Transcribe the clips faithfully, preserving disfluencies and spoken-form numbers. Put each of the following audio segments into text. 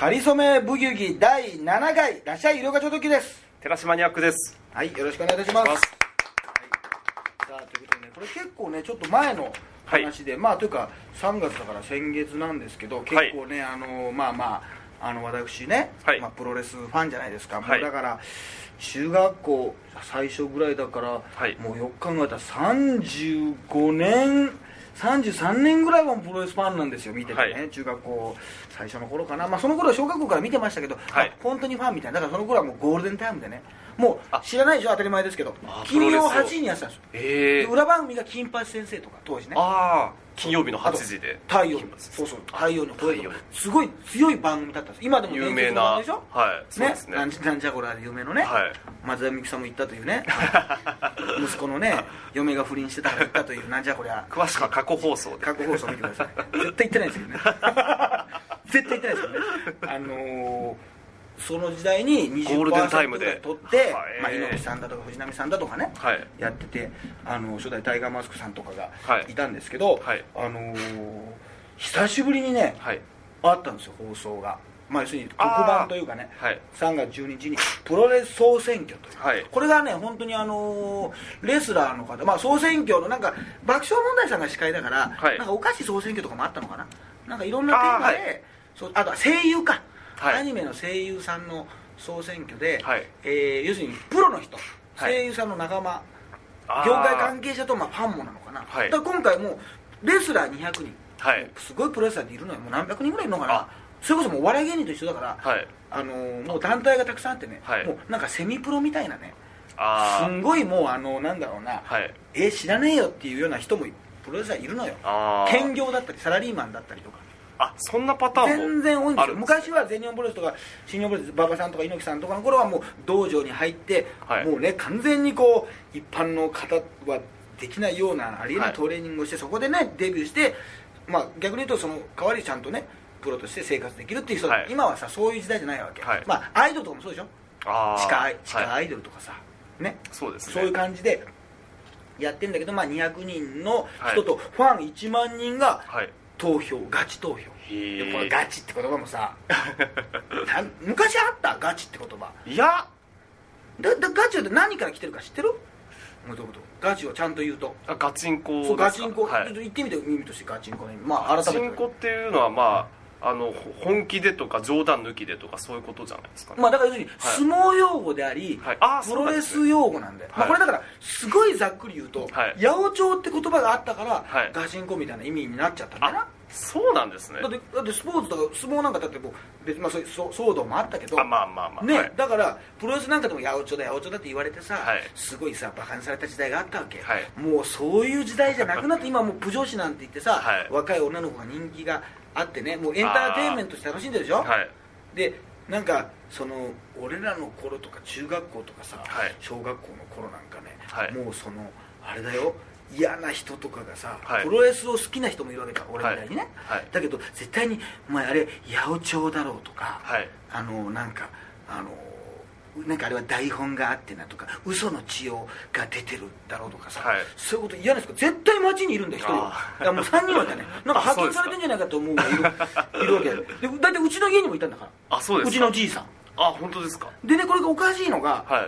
かりそめブギウギだいななかい、らっしゃい医療課長時です。 寺島ニャックです。 はい、よろしくお願いいたします。はい、さあということでね、これ結構ねちょっと前の話で、はい、まあというかさんがつだから先月なんですけど、結構ね、はい、あのまあまああの私ね、はい、まあ、プロレスファンじゃないですか、はい、もうだから中学校最初ぐらいだから、はい、もうよく考えたらさんじゅうごねんさんじゅうさんねんぐらいはプロレスファンなんですよ、見ててね、はい、中学校最初の頃かな、まあ、その頃は小学校から見てましたけど、はい、まあ、本当にファンみたいな、だからその頃はもうゴールデンタイムでね、もう知らないでしょ、当たり前ですけど、金曜はちじにやってたんですよ、えー、裏番組が金八先生とか当時ね、 ああ金曜日のはちじで太陽、そうそう、太陽の声とかすごい強い番組だったんです。今でも有名な、 でしょ、 はい、そうですね、 なんじゃこらで有名のね、はい、松田美紀さんも言ったというね息子のね嫁が不倫してたから言ったというなんじゃこりゃ、 詳しくは過去放送で過去放送見てください絶対言ってないですよね絶対言ってないですよね。あのーその時代に にじゅっパーセント ぐらい取って、まあ、猪木さんだとか藤波さんだとかね、はい、やってて、あの初代タイガーマスクさんとかがいたんですけど、はい、あのー、久しぶりにね、はい、あったんですよ放送が、まあ、要するに特番というかね、はい、さんがつじゅうににちにプロレス総選挙という、はい、これがね本当にあのー、レスラーの方、まあ、総選挙のなんか爆笑問題さんが司会だから、はい、なんかお菓子総選挙とかもあったのかな、なんかいろんなテーマで、あ、はい、そう、あとは声優か、はい、アニメの声優さんの総選挙で、はい、えー、要するにプロの人、はい、声優さんの仲間、業界関係者とまあファンもなのかな、はい、だから今回もうレスラーにひゃくにん、はい、すごいプロレスラーっているのよ、もう何百人ぐらいいるのかな、それこそもうお笑い芸人と一緒だから、はい、あのー、もう団体がたくさんあってね、はい、もうなんかセミプロみたいなね、あ、すんごいもうあのなんだろうな、はい、え知らねえよっていうような人もプロレスラーいるのよ、兼業だったりサラリーマンだったりとか、 あ、そんなパターンも全然多いんですよ。昔は全日本プロレスとか新日本プロレス、馬場さんとか猪木さんとかの頃はもう道場に入って、はい、もうね完全にこう一般の方はできないようなありえないトレーニングをして、はい、そこでねデビューして、まあ、逆に言うとその代わりちゃんとねプロとして生活できるっていう人、はい、今はさそういう時代じゃないわけ、はい、まあアイドルとかもそうでしょ、あ地下地下アイドルとかさ、はい、ね、そうですね、そういう感じでやってんだけど、まあ、にひゃくにんの人とファンいちまんにんが、はい、投票、ガチ投票。でこれガチって言葉もさ昔あったガチって言葉、いやだだガチって何から来てるか知ってる？ガチをちゃんと言うと、 あ、ガチンコですか。 そう、ガチンコ、はい、言ってみて、耳としてガチンコね、まあ、改めてガチンコっていうのはまああの本気でとか冗談抜きでとかそういうことじゃないですかね。 まあ、だから要するに相撲用語であり、はい、あプロレス用語なんで、はい、まあ、これだからすごいざっくり言うと、はい、八百長って言葉があったから、はい、ガチンコみたいな意味になっちゃったんだな。 そうなんですね。 だってだってスポーツとか相撲なんかだってもう別に、まあ、そういう騒動もあったけど、 あ、まあまあまあ、 ね、 はい、 だからプロレスなんかでも八百長だ八百長だって言われてさ、はい、すごいさバカにされた時代があったわけ、はい、もうそういう時代じゃなくなって今もうプ女子なんて言ってさ、はい、若い女の子が人気があってね、もうエンターテインメントして楽しんでるでしょ、はい、でなんかその俺らの頃とか中学校とかさ、はい、小学校の頃なんかね、はい、もうそのあれだよ、嫌な人とかがさ、はい、プロレスを好きな人もいるわけだ、俺みたいにね、はいはい、だけど絶対にお前あれ八百長だろうとか、はい、あのなんかあのなんかあれは台本があってなとか嘘の血をが出てるだろうとかさ、はい、そういうこと嫌な人が絶対街にいるんだよ、一人は。だもうさんにんはいたね、なんか派遣されてんじゃないかと思うがいるいるわけで、大体うちの家にもいたんだから、あ、そうですか、うちのじいさん、 あ、本当ですか。 でね、これがおかしいのが、はい、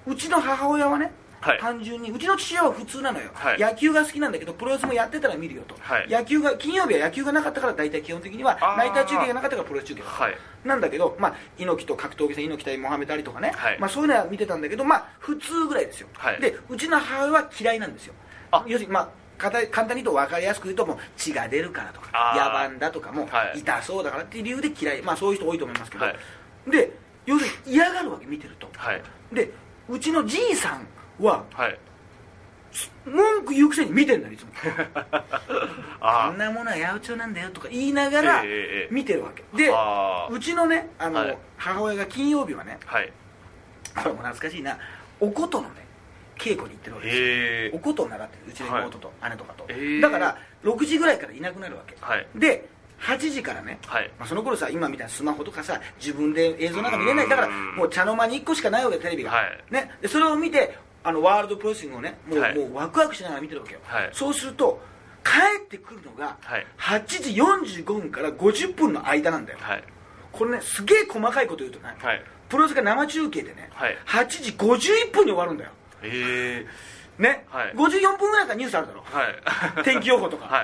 うちの母親はね、はい、単純にうちの父親は普通なのよ、はい、野球が好きなんだけどプロレスもやってたら見るよと、はい、野球が金曜日は野球がなかったから大体基本的にはナイター中継がなかったからプロレス中継だ、はい、なんだけど、まあ、猪木と格闘技戦猪木対モハメドアリとかね、はい、まあ、そういうのは見てたんだけど、まあ、普通ぐらいですよ、はい、でうちの母親は嫌いなんですよ。要するに、まあ、簡単に言うと分かりやすく言うともう血が出るからとか野蛮だとかも、はい、痛そうだからっていう理由で嫌い、まあ、そういう人多いと思いますけど、はい、で要するに嫌がるわけ見てると、はい、でうちのじいさんは、はい、文句言うくせに見てんだよいつもこんなものは八百長なんだよとか言いながら見てるわけ、えー、でうちのねあの、はい、母親が金曜日はね、はい、これも懐かしいな、お琴のね稽古に行ってるわけですよ、えー、お琴を習ってるうちの妹と姉とかと、はい、だからろくじぐらいからいなくなるわけ、はい、ではちじからね、はい、まあ、その頃さ今みたいなスマホとかさ自分で映像なんか見れないだからもう茶の間にいっこしかないわけテレビが、はい、ね、でそれを見てあのワールドプロレスリングをねもう、はい、もうワクワクしながら見てるわけよ、はい、そうすると帰ってくるのがはちじよんじゅうごふんからごじゅっぷんの間なんだよ、はい、 これねすげえ細かいこと言うとね、はい、プロレスが生中継でね、はい、はちじごじゅういっぷんに終わるんだよ。 へえね、はい、ごじゅうよんぷんぐらいからニュースあるだろ、はい、天気予報とか、はい、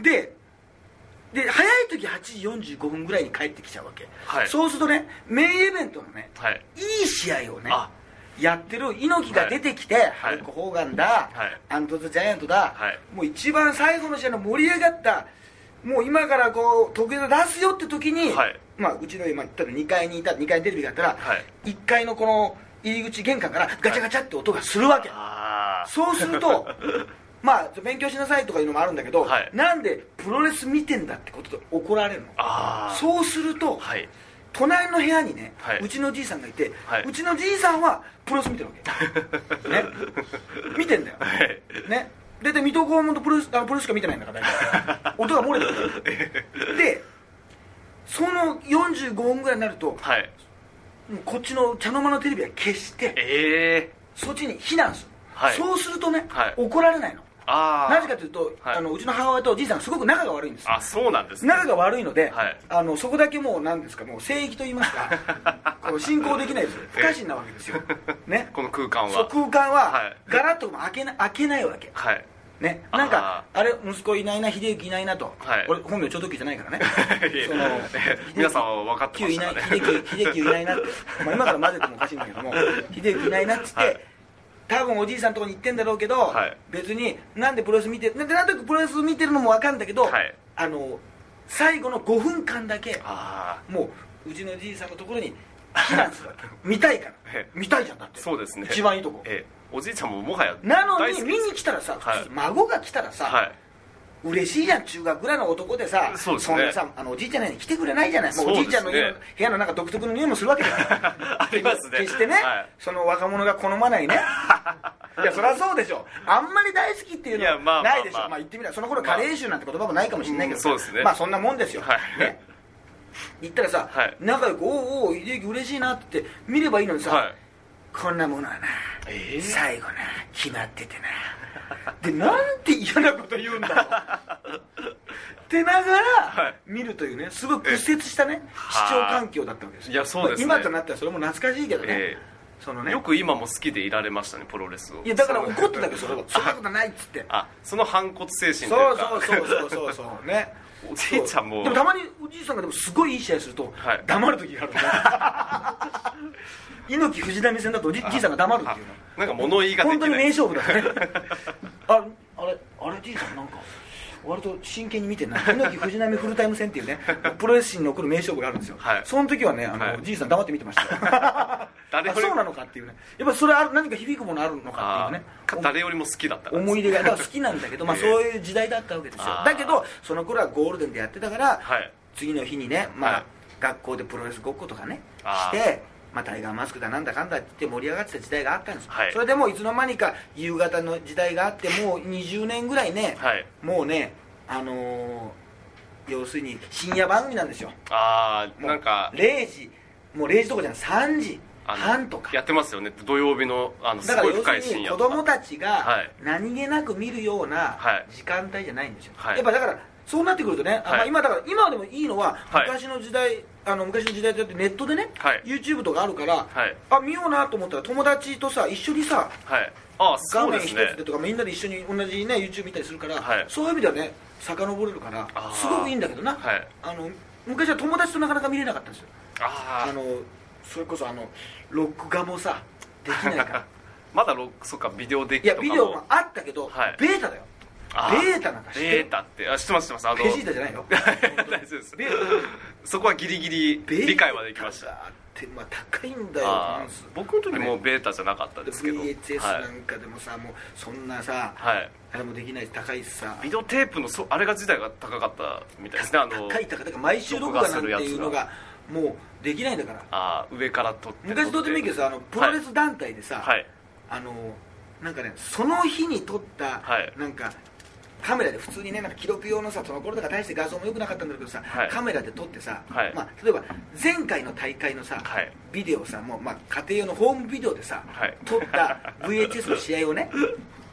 でで早い時はちじよんじゅうごふんぐらいに帰ってきちゃうわけ、はい、そうするとねメインイベントのね、はい、いい試合をねやってる猪木が出てきて、はい、ハルク・ホーガンだ、はい、アンド・ザ・ジャイアントだ、はい、もう一番最後の試合の盛り上がったもう今からこう特別出すよって時に、はい、まあうちの今言ったらにかいにいたにかいにテレビがあったら、はい、いっかいのこの入り口玄関からガチャガチャって音がするわけ、はい、そうするとまあ勉強しなさいとかいうのもあるんだけど、はい、なんでプロレス見てんだってことで怒られるの。そうすると、はい、隣の部屋にね、はい、うちのじいさんがいて、はい、うちのじいさんはプロレス見てるわけね見てんだよ、はい、ね大体水戸黄門とプロレス、あのプロレスしか見てないんだから大体音が漏れてるでそのよんじゅうごふんぐらいになると、はい、もうこっちの茶の間のテレビは消して、えー、そっちに避難する、はい、そうするとね、はい、怒られないの。あなぜかというと、はい、あのうちの母親とおじいさんがすごく仲が悪いんですよ。 あそうなんですね。 仲が悪いので、はい、あのそこだけもう何ですかもう聖域と言いますかこう進行できないですよ。不可侵なわけですよ、ね、 この空間はそう空間は、はい、ガラッとも開けな開けないわけ、はいね、なんかあれ息子いないな秀幸いないなと、はい、俺本名超特急じゃないからねその皆さんは分かってましたね。 秀幸いないなって、まあ、今から混ぜてもおかしいんだけども秀幸いないなっつって、はい、多分おじいさんのとこに行ってんだろうけど、はい、別になんでプロレス見てなんでなんとなくプロレス見てるのも分かるんだけど、はい、あの最後のごふんかんだけもううちのじいさんのところに避難するわけ見たいから見たいじゃんだってそうですね一番いいとこ、ええおじいちゃんももはやなのに見に来たらさ、はい、孫が来たらさ、はい、嬉しいじゃん。中学ぐらいの男でさ そ, で、ね、そんなさあのおじいちゃんに来てくれないじゃない。もうおじいちゃんの家の、ね、部屋の中独特の匂いもするわけだからありますね。 決してね、はい、その若者が好まないねいやそりゃそうでしょ。あんまり大好きっていうのはないでしょ。まあ、まあまあ、言ってみたらその頃加齢臭なんて言葉もないかもしれないけど、まあ、うんそうですね、まあそんなもんですよ、はいね、言ったらさ、はい、仲良くおおお秀幸嬉しいなって見ればいいのにさ、はい、こんなものはな、えー、最後な決まっててなでなんて嫌なこと言うんだろうってながら見るというねすごい屈折したね視聴環境だったわけですよ。 いやそうですね、 まあ、今となったらそれも懐かしいけどね、えーそのね、 よく今も好きでいられましたねプロレスを。 いやだから怒ってたけどそれはそんなことないっつってあその反骨精神というかそうそうそうそうそうねおじいちゃんもでもたまにおじいさんがでもすごいいい試合すると、はい、黙る時があるんだ猪木藤波戦だとおじいさんが黙るっていうのなんか物言いができない。 本当に名勝負だねああれあれじいさんなんか割と真剣に見てんな猪木藤波フルタイム戦っていうねプロレス史に残る名勝負があるんですよ、はい、その時はねあの、はい、じいさん黙って見てましたよ誰そうなのかっていうねやっぱそれある何か響くものあるのかっていうね誰よりも好きだった思い出がだから好きなんだけど、まあ、そういう時代だったわけですよ。だけどその頃はゴールデンでやってたから、はい、次の日にね、まあはい、学校でプロレスごっことかねしてまあ、タイガーマスクだなんだかんだって言って盛り上がってた時代があったんです、はい、それでもういつの間にか夕方の時代があってもうにじゅうねんぐらいね、はい、もうねあのー、要するに深夜番組なんですよ。 ああなんかれいじもうれいじとかじゃないさんじはんとかやってますよね土曜日のあのすごい深い深夜とか。だから要するに子供たちが何気なく見るような時間帯じゃないんですよ、はい、やっぱだからそうなってくるとね、はい、まあ、今だから今でもいいのは、はい、昔の時代あの昔の時代だってネットでね、はい、YouTube とかあるから、はい、あ見ようなと思ったら友達とさ一緒にさ、はい、あ画面一つでとかみんなで一緒に同じね YouTube 見たりするから、はい、そういう意味ではね遡れるからすごくいいんだけどな、はい、あの昔は友達となかなか見れなかったんですよ。ああのそれこそあの録画もさできないからまだロそっかビデオデッキとかもいやビデオもあったけど、はい、ベータだよ。ベータなんか知ってる？ ベータってあ知ってます知ってます。あのベジータじゃないの大丈夫ですベータそこはギリギリ理解はできました。 ベータって、まあ、高いんだよ。 僕の時もベータじゃなかったですけどブイエイチエス なんかでもさ、はい、もうそんなさ、はい、あれもできないし高いしさビデオテープのそあれが自体が高かったみたいですね。あの高い高いだから毎週録画なんていうのがもうできないんだから。 あ上から撮って昔どうでもいいけどさあのプロレス団体でさ、はい、あのなんかねその日に撮った、はい、なんかカメラで普通にねなんか記録用のさその頃とか大して画像も良くなかったんだけどさ、はい、カメラで撮ってさ、はい、まあ、例えば前回の大会のさ、はい、ビデオさもう、まあ、家庭用のホームビデオでさ、はい、撮った ブイエイチエス の試合をね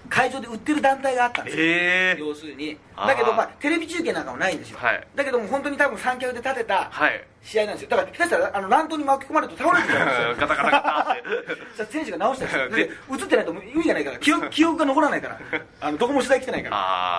会場で売ってる団体があったんですよ、 えー、 要するに。だけど、まあ、テレビ中継なんかもないんですよ、はい、だけども本当に多分三脚で立てた試合なんですよ。だから下手したらあの乱闘に巻き込まれると倒れてるんですよガタガタガタって選手が直したんですよ。で映ってないと意味がないから、記憶、記憶が残らないからあのどこも取材来てないから、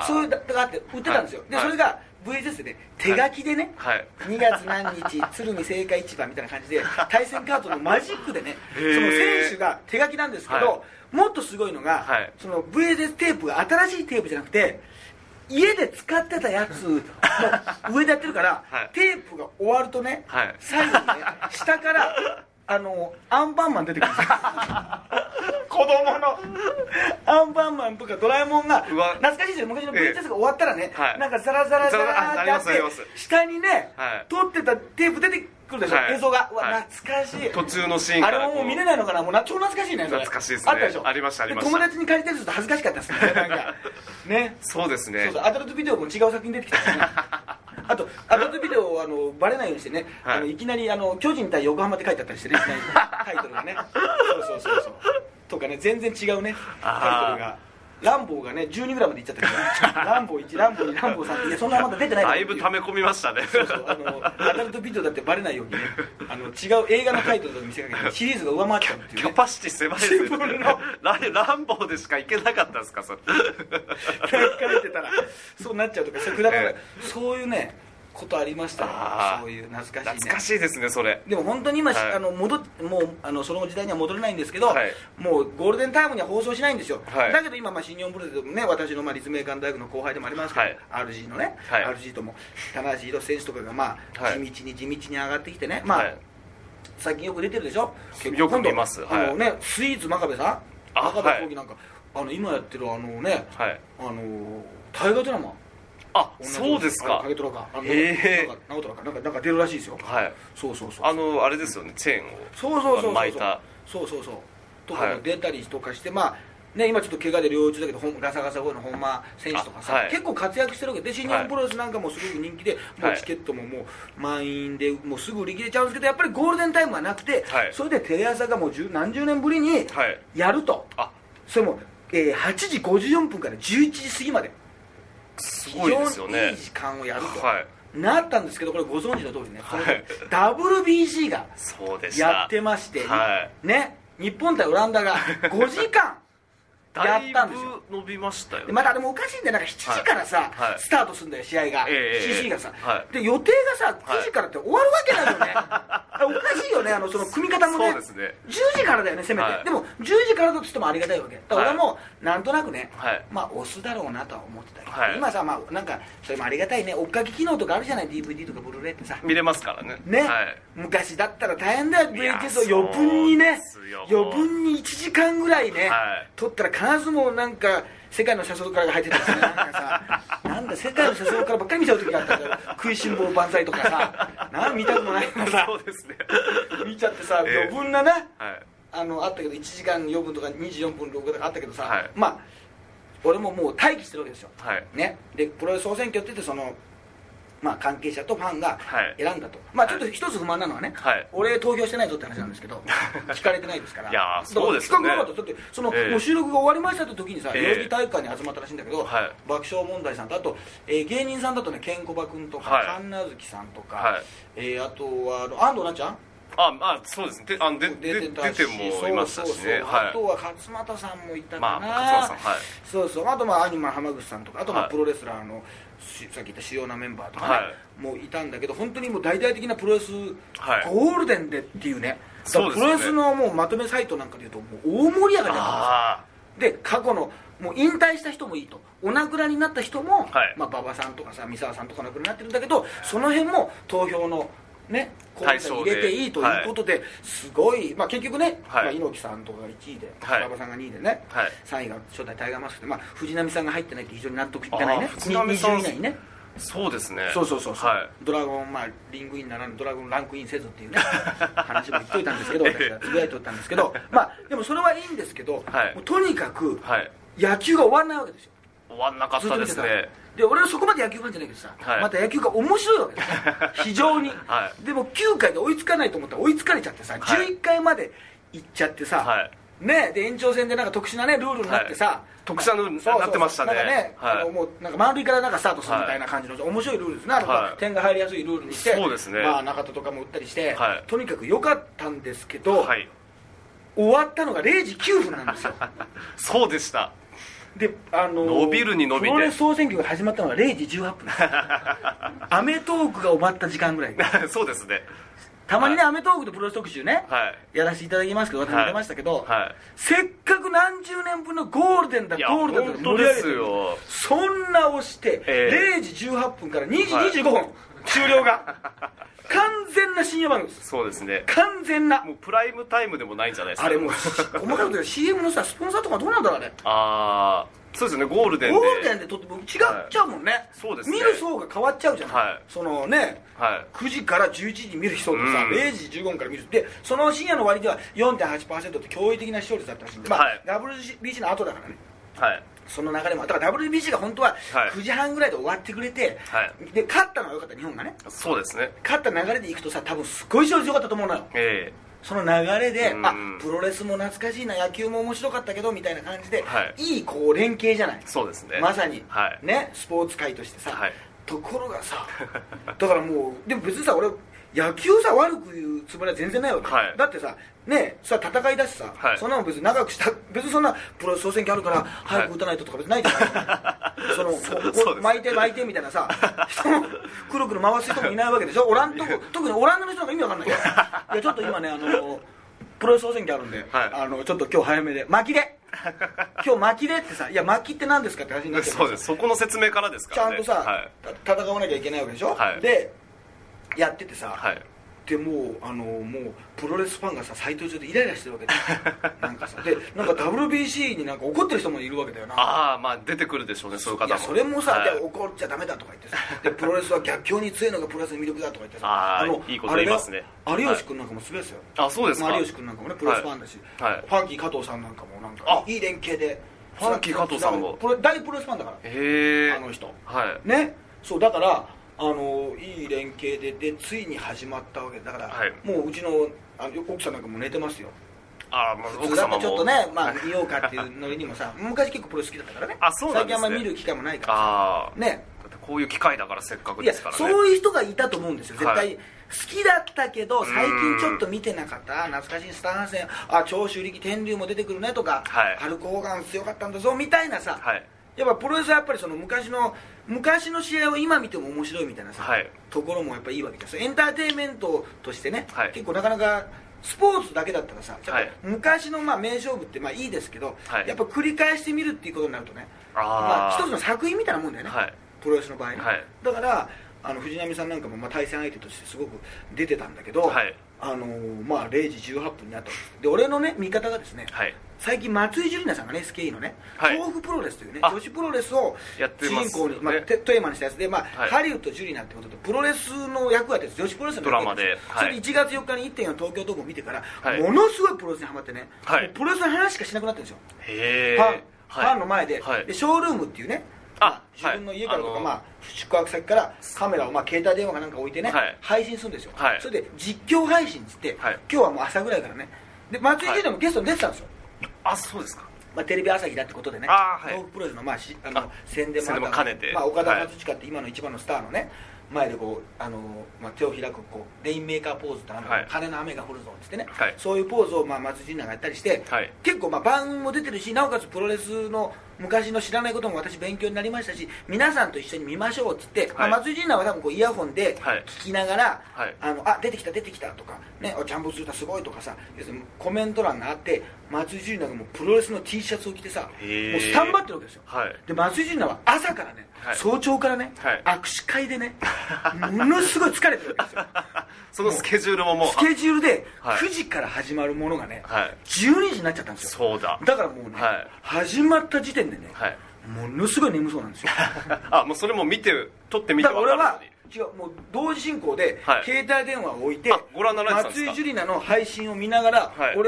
そういうだがあって売ってたんですよ、はい、でそれが ブイエスエス で、ね、手書きでね、はい、にがつ何日鶴見青果市場みたいな感じで対戦カードのマジックでねその選手が手書きなんですけど、はい、もっとすごいのが、はい、その ブイエスエス テープが新しいテープじゃなくて家で使ってたやつの上でやってるから、はい、テープが終わるとね、はい、最後にね下からあのアンパンマン出てくるんですよ子供のアンパンマンとかドラえもんが懐かしいですよ。昔の ブイエスエス が終わったらね、はい、なんかザラザラザラってあって下にね、はい、撮ってたテープ出てくるでしょ、はい、映像が。うわ、はい、懐かしい。 途中のシーンからあれももう見れないのかな。もう超懐かしいね。それ懐かしいですね。 あったでしょ。 ありましたありました。 友達に借りてると恥ずかしかったですねなんかね。 そうですね。 そうそう、アダルトビデオも違う作品出てきたんですねあとアダルトビデオをあのバレないようにしてね、はい、あのいきなりあの巨人対横浜って書いてあったりしてね、いきなりタイトルがねそうそうそうそうとかね、全然違うねタイトルが。ランボーがねじゅうにグラムでいっちゃってるからランボーいち、ランボーに、ランボーさんって、いやそんなまだ出てないからだいぶ溜め込みましたね。 そうそう、あのアダルトビデオだってバレないようにね、あの違う映画のタイトルと見せかけてシリーズが上回っちゃうっていう、ね、 キャパシティ狭いですよねラ, ランボーでしかいけなかったんですかそれ書いてたらそうなっちゃうとか、それくだらない、えー、そういうねことありましたよ。そういう懐かしいね。 懐かしいですねそれ。 でも本当に今、はい、あの戻っもうあのその時代には戻れないんですけど、はい、もうゴールデンタイムには放送しないんですよ、はい、だけど今、まあ、新日本プロレスでもね、私の、まあ、立命館大学の後輩でもありますけど、はい、アールジー のね、はい、アールジー とも棚橋宏選手とかが、まあ、はい、地道に地道に上がってきてね、まあ、はい、最近よく出てるでしょ。 よく見ます。 あのね、スイーツ真壁さん、真壁講義なんか、はい、あの今やってるあのね、はい、あの大河ドラマ、 あ、そうですか。 影虎か、へえ、直虎か、なんかなんか出るらしいですよ。はい。そうそうそう。 あのあれですよね、チェーンを。 そうそうそう巻いた。 そうそうそう。とか出たりとかして、まあね、今ちょっと怪我で療養中だけど、ガサガサ声の本間選手とかさ、結構活躍してるわけで、新日本プロレスなんかもすごく人気で、もうチケットももう満員で、もうすぐ売り切れちゃうんですけど、やっぱりゴールデンタイムはなくて、それでテレ朝がもう十何十年ぶりにやると。それもはちじごじゅうよんぷんからじゅういちじ過ぎまで。 すごいですよね。 非常にいい時間をやると、はい、なったんですけど、これご存知の通りね、はい、ダブリュービーシー がやってまして、はい、ね、日本対オランダがごじかんやったんですよ。 だいぶ伸びましたよ、ね、 またでもおかしいんだよ、なんかしちじからさ、はいはい、スタートするんだよ試合が、えー、シーシー がさ、はい、で予定がさくじからって終わるわけないよね、はい、おかしいよね、あのその組み方もね。そうですね、じゅうじからだよねせめて、はい、でもじゅうじからだとしてもありがたいわけだから、俺もなんとなくね、はい、まあ押すだろうなとは思ってたけど、はい、今さ、まあなんかそれもありがたいね、追っかけ機能とかあるじゃない、 ディーブイディー とかブルーレイってさ見れますからね。ね、はい、 昔だったら大変だよ、ブレイケスを余分にね、余分にいちじかんぐらいね、はい、撮ったら必ずもなんか世界の車窓からが入ってたんですよね。なんかさ、なんだ世界の車窓からばっかり見ちゃう時があったんだよ。食いしん坊万歳とかさ、なん見たくもないのさ、 そうですね、 見ちゃってさ、余分なな、えーはい、あのあったけどいちじかん余分とかにじゅうよんぷんろくとかあったけどさ、はい、まあ俺ももう待機してるわけですよ、はい、ね、でプロレス総選挙って言ってそのまあ、関係者とファンが選んだと、はい、まあちょっと一つ不満なのはね、はい、俺投票してないぞって話なんですけど聞かれてないですから。 いやそうですよね、 だってその、えー、もう収録が終わりましたって時にさ、代々木体育館に集まったらしいんだけど、はい、爆笑問題さんとあと、えー、芸人さんだとねケンコバ君とか、はい、神奈月さんとか、はい、えー、あとはあの安藤なっちゃん、 ああそうですね、であで出て出てもいましたしね、 あとは勝俣さんもいたかな、まあ、勝俣さん、はい、そうそう、あとまあアニマ浜口さんとか、あとまあプロレスラーのさっき言った主要なメンバーとかね、はい、もういたんだけど、本当にもう大々的なプロレス、はい、ゴールデンでっていうね、だプロレスのもうまとめサイトなんかでいうともう大盛り上がりだったんですよ。で過去のもう引退した人もいいと、お亡くなりになった人も、はい、まあ馬場さんとかさ三沢さんとかお亡くなりになってるんだけど、その辺も投票のね、候補者に入れていいということで、はい、すごい、まあ、結局ね、はい、まあ、猪木さんとかがいちいで、馬場、はい、さんがにいでね、はい、さんいが初代タイガーマスクで、まあ、藤波さんが入ってないって非常に納得いかないね、にじゅうい以内にね。 そうですね、 そうそうそうそう、はい、ドラゴン、まあ、リングインならぬドラゴンランクインせずっていうね話も言っといたんですけど、私はつぶやいておったんですけどまあでもそれはいいんですけど、はい、もうとにかく、はい、野球が終わらないわけですよ。 終わんなかったですね。 で俺はそこまで野球ファンじゃないけどさ、はい、また野球が面白いわけですよ非常に、はい、でもきゅうかいで追いつかないと思ったら追いつかれちゃってさ、はい、じゅういっかいまで行っちゃってさ、はい、 ね、で延長戦でなんか特殊なねルールになってさ、はい、 特殊なルールになってましたね。 なんかね、はい、あのもうなんか満塁からなんかスタートするみたいな感じの、はい、面白いルールですね。あの、はい、点が入りやすいルールにして、 そうですね、 まあ中田とかも打ったりして、はい、とにかく良かったんですけど、 はい、 終わったのがれいじきゅうふんなんですよ。 そうでした。 で、あのー、 伸びるに伸びてプロレス総選挙が始まったのがれいじじゅうはっぷんです。アメトークが終わった時間ぐらい。 そうですね。 たまにね、はい、アメトークとプロレス特集ね、 はい、 やらせていただきますけど、私も出ましたけど、 はいはい、 せっかく何十年分のゴールデンだゴールデンだ盛り上げてる、そんな押して、えー、れいじじゅうはっぷんからにじにじゅうごふん、はい、終了が完全な深夜番組です。 そうですね、 完全なもうプライムタイムでもないんじゃないですか。 あれもう細かいこと言う シーエム のさスポンサーとかどうなんだろうね。 ああ、そうですね、ゴールデンでゴールデンでとっても違っちゃうもんね、はい、 そうですね、 見る層が変わっちゃうじゃん、はい、そのね、 はい、 くじからじゅういちじに見る人とさ、うん、れいじじゅうごふんから見るで、その深夜の割では よんてんはちパーセント って驚異的な視聴率だったらしいんで、まあはい、ダブリュービーシー の後だからね、はい、その流れもだから ダブリュービーシー が本当はくじはんぐらいで終わってくれて、はい、で勝ったのは良かった、日本がね。 そうですね、 勝った流れでいくとさ、多分すごい視聴率良かったと思うのよ、えーその流れで、あ、プロレスも懐かしいな、野球も面白かったけどみたいな感じで、はい、いいこう連携じゃない。 そうですね、 まさに、 はい、 ね、スポーツ界としてさ、 はい、 ところがさだからもうでも別にさ、俺野球さ悪く言うつもりは全然ないわけ、はい、だってさね、さ戦いだしさ、はい、そんなの別に長くした別にそんなプロレス総選挙あるから早く打たないととか別にないじゃない、はい、そのこう巻いて巻いてみたいなさ人もくるくる回す人もいないわけでしょ。オランと特にオランダの人なんか意味わかんないよ。いやちょっと今ね、あのプロレス総選挙あるんで、はい、あのちょっと今日早めで巻きで今日巻きでってさ、いや巻きって何ですかって話になってる。 そうです、そこの説明からですからね。 ちゃんとさ、 はい、 戦わなきゃいけないわけでしょ、はい、でやっててさ、 はい、 でもうあのもうプロレスファンがさサイト上でイライラしてるわけだよなんかさでなんか ダブリュービーシー になんか怒ってる人もいるわけだよな。 ああ、まあ出てくるでしょうね、そういう方も。いやそれもさ、 はい、 で怒っちゃダメだとか言ってさでプロレスは逆境に強いのがプロレスの魅力だとか言ってさああのいいこと言いますね。 有吉君なんかもすべですよ、 はい、あそうですか、 まあ、有吉君なんかもねプロレスファンだし、はいはい、ファンキー加藤さんなんかもなんかいい連携で、 ファンキー加藤さんも大プロレスファンだから、 へえ、 あの人、 はい、 ね、そうだからあのいい連携ででついに始まったわけだから、はい、もううちのあの奥さんなんかも寝てますよ。 あ、まあ、 普通だとちょっとね、まあ、見ようかっていうノリにもさ昔結構プロレス好きだったからね。 あ、そうなんですね、 最近あんまり見る機会もないからさ、 あね、 だってこういう機会だからせっかくですからね。 いやそういう人がいたと思うんですよ絶対、はい、好きだったけど最近ちょっと見てなかった、懐かしいスタンハンセン、あ、長州力天竜も出てくるねとか、はい、ハルク・ホーガン強かったんだぞみたいなさ、はい、やっぱプロレスはやっぱりその昔の昔の試合を今見ても面白いみたいなさ、はい、ところもやっぱいいわけですよ。エンターテインメントとしてね、はい、結構なかなかスポーツだけだったらさ、はい、昔のまあ名勝負ってまあいいですけど、はい、やっぱ繰り返してみるっていうことになるとね、あ、まあ、一つの作品みたいなもんだよね、はい、プロレスの場合ね、はい、だからあの藤波さんなんかもまあ対戦相手としてすごく出てたんだけど、はい、あのー、まあれいじじゅうはっぷんになったんです。で俺のね見方がですね、はい、最近松井樹里奈さんがね エスケーイー のね、はい、豆腐プロレスというね女子プロレスを主人公に、まあ、テーマにしたやつで、まあはい、ハリウッド樹里奈ってことでプロレスの役割です。女子プロレスの役割です。それでいちがつよっかに いってんよん 東京ドームを見てから、はい、ものすごいプロレスにハマってね、はい、プロレスの話しかしなくなってるんですよ。 へー、 ファン、 はい、 ファンの前で、はい、でショールームっていうね、あ、自分の家からとか、はい、まあ、宿泊先からカメラを、まあ、携帯電話かなんか置いてね、はい、配信するんですよ、はい、それで実況配信っつって、はい、今日はもう朝ぐらいからねで松井樹里奈もゲストに出てたんですよ。 あ、そうですか。 まあ、テレビ朝日だってことでね、東北プロレスの、まあ、しあのあ宣伝もあったも兼ねて、 まあ、岡田和親って今の一番のスターのね、前でこうあの、まあ、手を開くこうレインメーカーポーズってなんか、はい、金の雨が降るぞって言ってね、はい、そういうポーズを、まあ、松井樹里奈がやったりして、はい、結構、まあ、番組も出てるし、なおかつプロレスの昔の知らないことも私勉強になりましたし、皆さんと一緒に見ましょうって言って、はい、まあ、松井樹里奈は多分こうイヤホンで聞きながら、はい、あのあ出てきた出てきたとかね、ジャンボスータすごいとかさ、要するにコメント欄があって松井樹里奈がもうプロレスの T シャツを着てさ、もうスタンバってるわけですよ、はい、で松井樹里奈は朝からね、はい、早朝からね、はい、握手会でねものすごい疲れてるわけですよそのスケジュールももうスケジュールでくじから始まるものがね、はい、じゅうにじになっちゃったんですよ。 そうだだからもうね、はい、始まった時点でね、はい、ものすごい眠そうなんですよあ、もうそれも見て撮ってみて分かるのに。だから俺は違う、もう同時進行で、はい、携帯電話を置いてご覧になられてたんですか。 松井樹里奈の配信を見ながら、はい、俺は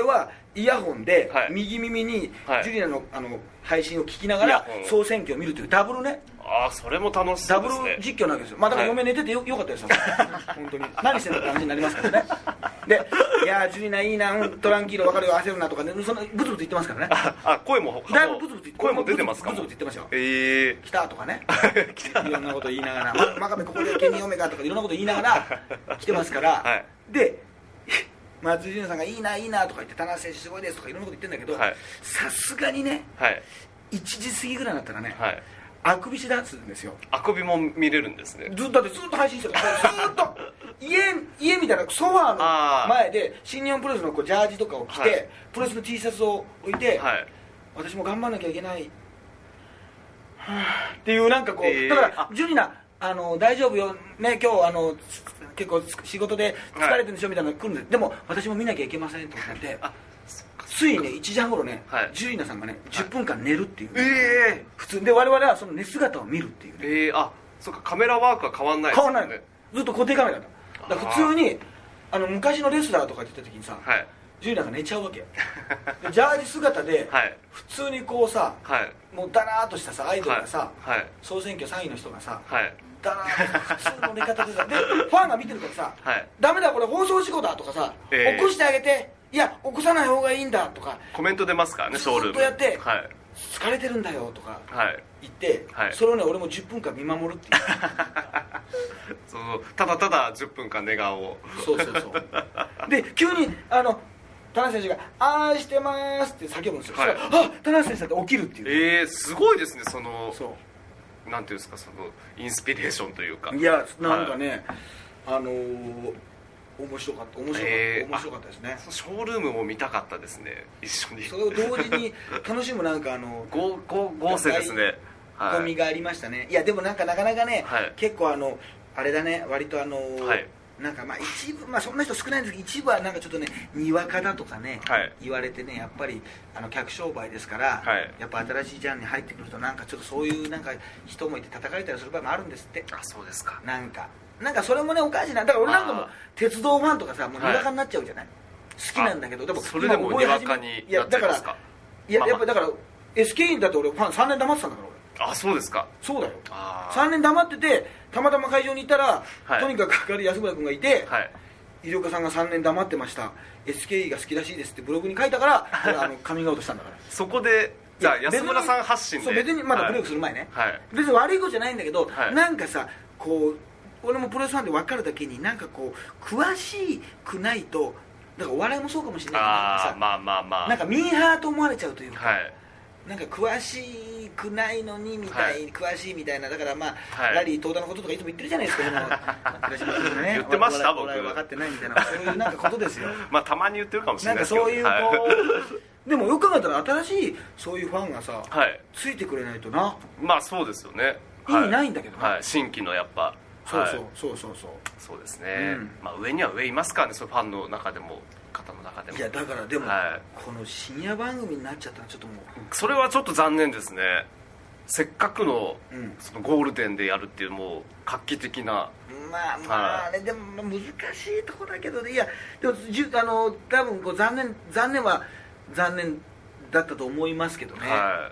イヤホンで右耳にジュリナのあの配信を聞きながら総選挙を見るというダブルね。 ああ、それも楽しそうですね。 ダブル実況なわけですよ。まあだから嫁寝てて よ,、よかったですよ本当に。何してんだって話になりますからね。で、いやージュリナいいな、うん、トランキーロ分かるよ、焦るなとかね、そんなブツブツ言ってますからね。 あ、声もだいぶブツブツ声も出てますか。 ブツブツ言ってますよ。 ええー、 来たとかねいろんなこと言いながら、ま、真壁ここでケニー嫁がとかいろんなこと言いながら来てますから、はい、で松井純さんがいいないいなとか言って、田中選手すごいですとかいろんなこと言ってるんだけど、さすがにね、はい、いちじ過ぎぐらいになったらね、はい、あくびしだつんですよ。 あくびも見れるんですね。 ずだってずっと配信してるずっと家家みたいなソファーの前で新日本プロレスのこうジャージとかを着て、はい、プロレスの T シャツを置いて、はい、私も頑張んなきゃいけない、はぁっていうなんかこう、えー、だからジュリナあの大丈夫よね、今日あの結構仕事で疲れてるんでしょみたいなのが来るんで、はい、でも私も見なきゃいけませんと思ってついねいちじはん頃ね、はい、ジュリナさんがねじゅっぷんかん寝るっていう、ね、えー、普通で我々はその寝姿を見るっていうね。 えー、あ、そうか、カメラワークは変わんないですね。変わんないの、ずっと固定カメラだ。だから普通にあの昔のレスラーとかって言った時にさ、はい、ジュリナが寝ちゃうわけよでジャージ姿で、はい、普通にこうさ、はい、もうダラーっとしたさアイドルがさ、はい、総選挙さんいの人がさ、はい、ダラーっと普通の寝方でさでファンが見てるからさ、はい、ダメだこれ放送事故だとかさ、えー、起こしてあげて、いや起こさない方がいいんだとかコメント出ますからね、ショールームずっとやって、はい、疲れてるんだよとか言って、はい、それをね俺もじゅっぷんかん見守るっていうそのただただじゅっぷんかん寝顔をそうそうそうで急にあの田中選手が「愛してます」って叫ぶんですよ、はい、そしたら「あ田中選手だ」って起きるっていう。 えー、すごいですね、そのそうなんていうんですか、そのインスピレーションというか。 いやなんかね、はい、あのー面白かった面白かった、えー、面白かったですね。 ショールームも見たかったですね、一緒に。 それを同時に楽しむなんかあの豪勢ですね。 ゴミがありましたね。いやでもなんかなかなかね、はい、結構あのあれだね、割とあの、はい、なんかまあ一部、まあそんな人少ないんですけど、一部はなんかちょっとねにわかだとかね、はい、言われてね、やっぱりあの客商売ですから、はい、やっぱ新しいジャンルに入ってくるとなんかちょっとそういうなんか人もいて叩かれたりする場合もあるんですって。 あ、そうですか。 なんかなんかそれもねおかしいな。だから俺なんかも鉄道ファンとかさもうにわかになっちゃうじゃない、はい、好きなんだけど、でもそれでもにわかになっちゃいますか。 いややっぱだから エスケーイー だって俺ファンさんねん黙ってたんだから俺。 あ、そうですか。 そうだよ。さんねん黙っててたまたま会場にいたら、はい、とにかく明るい安村君がいて、はい、井岡さんがさんねん黙ってました、 エスケーイー が好きらしいですってブログに書いたからあのカミングアウトしたんだからそこでじゃあ安村さん発信で。 そう別にまだブレイクする前ね、はい、別に悪いことじゃないんだけど、はい、なんかさこう俺もプロレスファンで分かるだけになんかこう詳しくないと、だからお笑いもそうかもしれないけど、 あまあまあまあなんかミーハーと思われちゃうというか、はい、なんか詳しくないのにみたい、はい、詳しいみたいな。だからまあ、はい、ラリー東田のこととかいつも言ってるじゃないですかね、言ってました僕。 分かってないみたいな、そういうなんかことですよまあたまに言ってるかもしれないですけど、 なんかそういうこう、はい、でもよく考えたら新しいそういうファンがさ、はい、ついてくれないとな。 まあそうですよね、 意味ないんだけどね、 はいはい、新規のやっぱそうそうそうそうそうそうですね、うん、まあ上には上いますからね、そのファンの中でも方の中でも。 いやだからでも、はい、この深夜番組になっちゃったらちょっともうそれはちょっと残念ですね。せっかくの、うん、そのゴールデンでやるっていうもう画期的な。 まあまあね、はい、でも難しいとこだけどね。いやでもじゅあの多分こう残念残念は残念だったと思いますけどね、はい、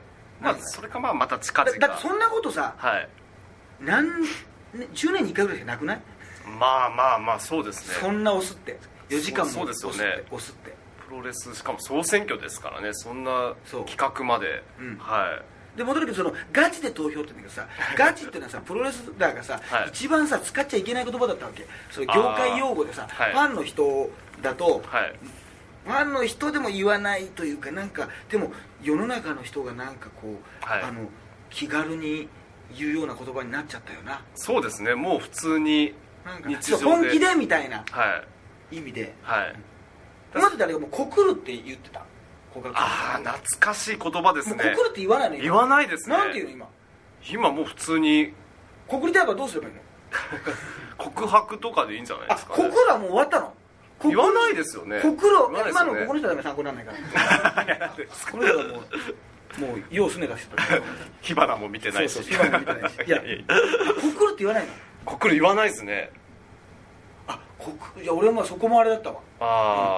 まあそれかまあまた近づいた。 だってそんなことさ、はい、なんじゅうねんにいっかいぐらいしかなくない？ まあまあまあそうですね。 そんな押すってよじかんも押すって、ね、 押すってプロレスしかも総選挙ですからね、そんな企画まで、うん、はい。 で戻るけどそのガチで投票って言うんだけどさガチっていうのはさプロレスラーがさ、はい、一番さ使っちゃいけない言葉だったわけ。それ業界用語でさ、はい、ファンの人だと、はい、ファンの人でも言わないというか、なんかでも世の中の人がなんかこう、はい、あの気軽に言うような言葉になっちゃったよな。 そうですね、もう普通に日常で本気でみたいな意味で、はい、まず誰がもう告るって言ってた。 ああ懐かしい言葉ですね。 告るって言わないの？ 言わないですね。 なんていうの今？ 今もう普通に告りたい場合どうすればいいの？ 告白とかでいいんじゃないですかね。 あ、告るはもう終わったの？ 言わないですよね。 告る、ね、今のここの人はダメ、参考にならないからこの人はもうもうようすね出してた火花も見てないし。 そうそう、火花も見てないしいや告るって言わないの？ 告る言わないですね。 あ、告る、いや俺もそこもあれだったわ。ああ、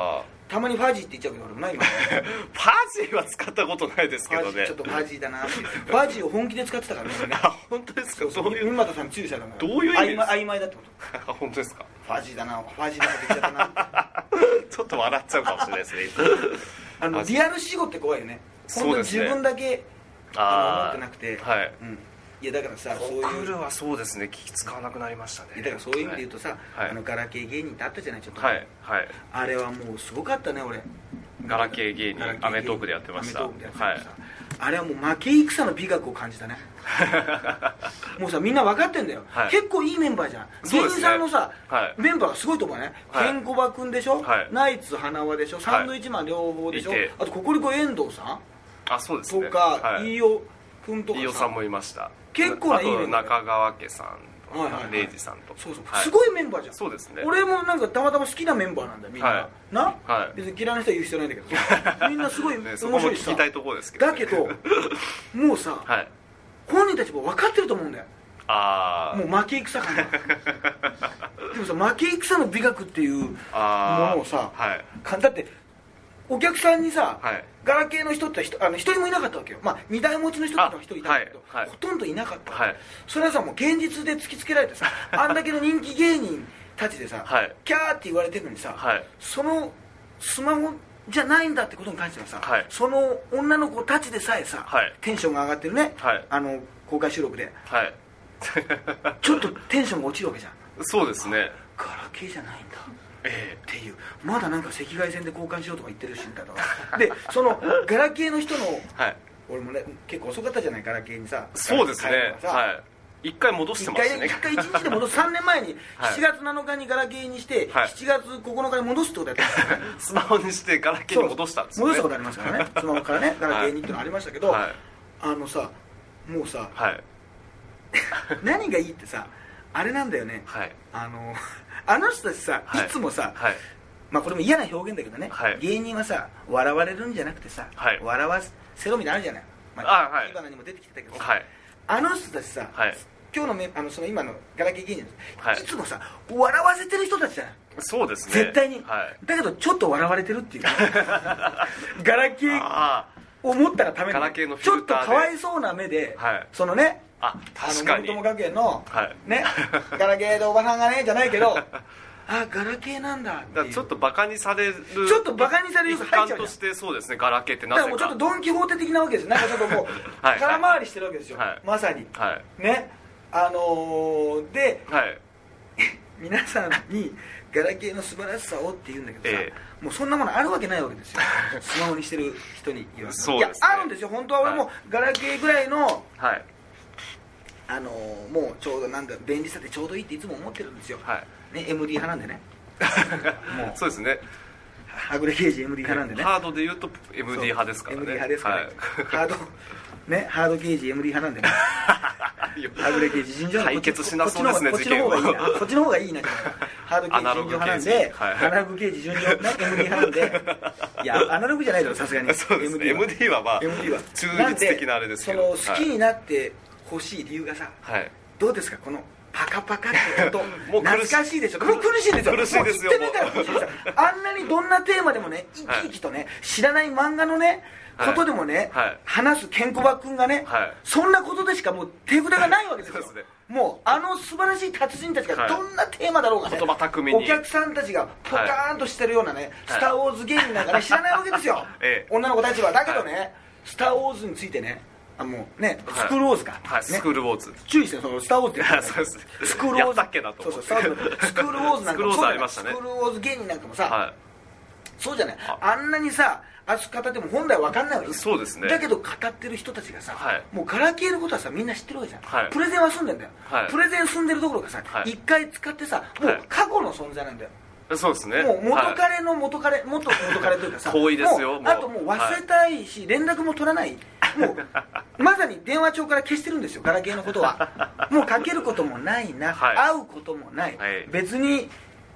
たまにファジーって言っちゃうけど俺もない今ファジーは使ったことないですけどね。 ちょっとファジーだなってファジーを本気で使ってたからね本当ですか。 そうそう三股さん注意されたの。 どういう意味ですか。 曖昧だってこと本当ですか。 ファジーだなファジーだなって言っちゃったなちょっと笑っちゃうかもしれないですねあのリアル死後って怖いよね。本当に自分だけ思ってなくて、はい、うん、いやだからさ、 そういうコクルはそうですね、気使わなくなりましたね。 だからそういう意味で言うとさ、はい、あのガラケー芸人ってあったじゃない、ちょっと、 はいはい、 あれはもうすごかったね。俺ガラケー芸人アメトークでやってました。はい、 あれはもう負け戦の美学を感じたねもうさみんな分かってんだよ、はい、結構いいメンバーじゃん、芸人さんのさ、はい、メンバーがすごいと思うね、はい、ケンコバ君でしょ、はい、ナイツ花輪でしょ、サンドイッチマン両方でしょ、はい、あとココリコ遠藤さん、 あ、そうですね、 とか、はい、飯尾君とかさ、 飯尾さんもいました。 結構ないいメンバー、 あと中川家さんとか、はいはいはい、レイジさんとか、 そうそう、はい、すごいメンバーじゃん。 そうですね、 俺もなんかたまたま好きなメンバーなんだよみんな、はい、な、はい、別に嫌いな人は言う必要ないんだけどみんなすごい面白いしさ、 聞きたいところですけど、ね、 だけどもうさ、はい、本人たちも分かってると思うんだよ。あ、もう負け戦感がでもさ、負け戦の美学っていうものをさ、はい、だってお客さんにさ、はい、ガラケーの人ってあの一人もいなかったわけよ。まあにだい持ちの人ってのは一人いたんだけど、はいはい、ほとんどいなかった、はい、それはさもう現実で突きつけられてさあんだけの人気芸人たちでさ、はい、キャーって言われてるのにさ、はい、そのスマホじゃないんだってことに関してはさ、はい、その女の子たちでさえさ、はい、テンションが上がってるね、はい、あの公開収録で、はい、ちょっとテンションが落ちるわけじゃん。 そうですね、 ガラケーじゃないんだ、えー、っていう、まだなんか赤外線で交換しようとか言ってるしみたいなで、そのガラケーの人の、はい、俺もね結構遅かったじゃない、ガラケーにさ。 そうですね、はい、一回戻してますね。 一回一日で戻すさんねんまえにしちがつなのかにガラケーにして、はい、しちがつここのかに戻すってことやってますよねスマホにしてガラケーに戻したんですね。 戻したことありますからねスマホからねガラケーにっていうのありましたけど、はい、あのさもうさ、はい、何がいいってさ、あれなんだよね、はい、あのあの人たちさ、はい、いつもさ、はい、まあこれも嫌な表現だけどね、はい、芸人はさ笑われるんじゃなくてさ、はい、笑わせろみたいなのあるじゃない、まあ、あ、はい、今のにも出てきてたけどさ、はい、あの人たちさ、はい、今日のめあのその今のガラケー芸人、はい、いつもさ笑わせてる人たちじゃない。 そうですね、 絶対に、はい、だけどちょっと笑われてるっていうガラケーを持ったがためにガラケーのフィルターでちょっとかわいそうな目で、はい、そのね、 あ、確かにあの森友学園の、はい、ねガラケーでおばさんがねじゃないけどあ、ガラケーなんだっていう、 だちょっとバカにされる、 ちょっとバカにされる一環として、そうですね、ガラケーってなぜか、 だからもうちょっとドン・キホーテ的なわけです。なんかちょっともうはい、空回りしてるわけですよ、はい、まさに、はい、ね、あのー、で、はい、皆さんにガラケーの素晴らしさをって言うんだけどさ、えー、もうそんなものあるわけないわけですよスマホにしてる人に言わせる、ね、いやあるんですよ本当は。俺もガラケーぐらいの、はい、あのー、もうちょうどなんだ便利さでちょうどいいっていつも思ってるんですよ、はい、ね、エムディー 派なんでねもうそうですね、 はぐれ刑事 エムディー 派なんでね、 ハードで言うと エムディー 派ですからね。 エムディー 派ですから、ね、はい、ハードね、ハード刑事 エムディー 派なんでねはぐれ刑事尋常対決しなそうですね、 こっちの方がいいな、こっちの方がいいなハード刑事尋常派なんで、アナログ刑事尋常、ね、エムディー 派なんで、いやアナログじゃないだろさすがに。 そうですね、 エムディー はまあ エムディー は忠実的なあれですけど、 その好きになってほしい理由がさ、はい、どうですか、このパカパカって音もう懐かしいでしょ。もう苦しいですよ、 苦しいですよ。 あんなにどんなテーマでもね生き生きとね、はい、知らない漫画のねことでもね、はい、話すケンコバ君がね、はい、そんなことでしかもう手札がないわけですよね、もうあの素晴らしい達人たちがどんなテーマだろうがね、 言葉巧みにお客さんたちがポカーンとしてるようなね、はい、スター・ウォーズ芸人なんかね知らないわけですよ、ええ、女の子たちは。だけどね、はい、スター・ウォーズについてね、あ、もうね、スクールウォーズか、 はい、スクールウォーズ、 注意して、そのスター・ウォーズって言ってそうです、 スクールウォーズやったっけなと、 そうそう、スター・ウォーズ、スクールウォーズなんかもそうじゃない、スクールウォーズ芸人なんかもさ、はい、そうじゃない、あんなにさ熱く語っても本来分かんないわけです。 そうですね。 だけど語ってる人たちがさ、はい、もうガラケーのことはさみんな知ってるわけじゃん、はい、プレゼンは済んでんだよ、はい、プレゼン済んでるどころかさ、はい、一回使ってさもう過去の存在なんだよ、 そうですね。 もう元彼の元彼、元元彼というかさ遠いですよ。 もうあともう忘れたいし、はい、連絡も取らない、もうまさに電話帳から消してるんですよガラケーのことはもうかけることもないな、はい、会うこともない、はい、別に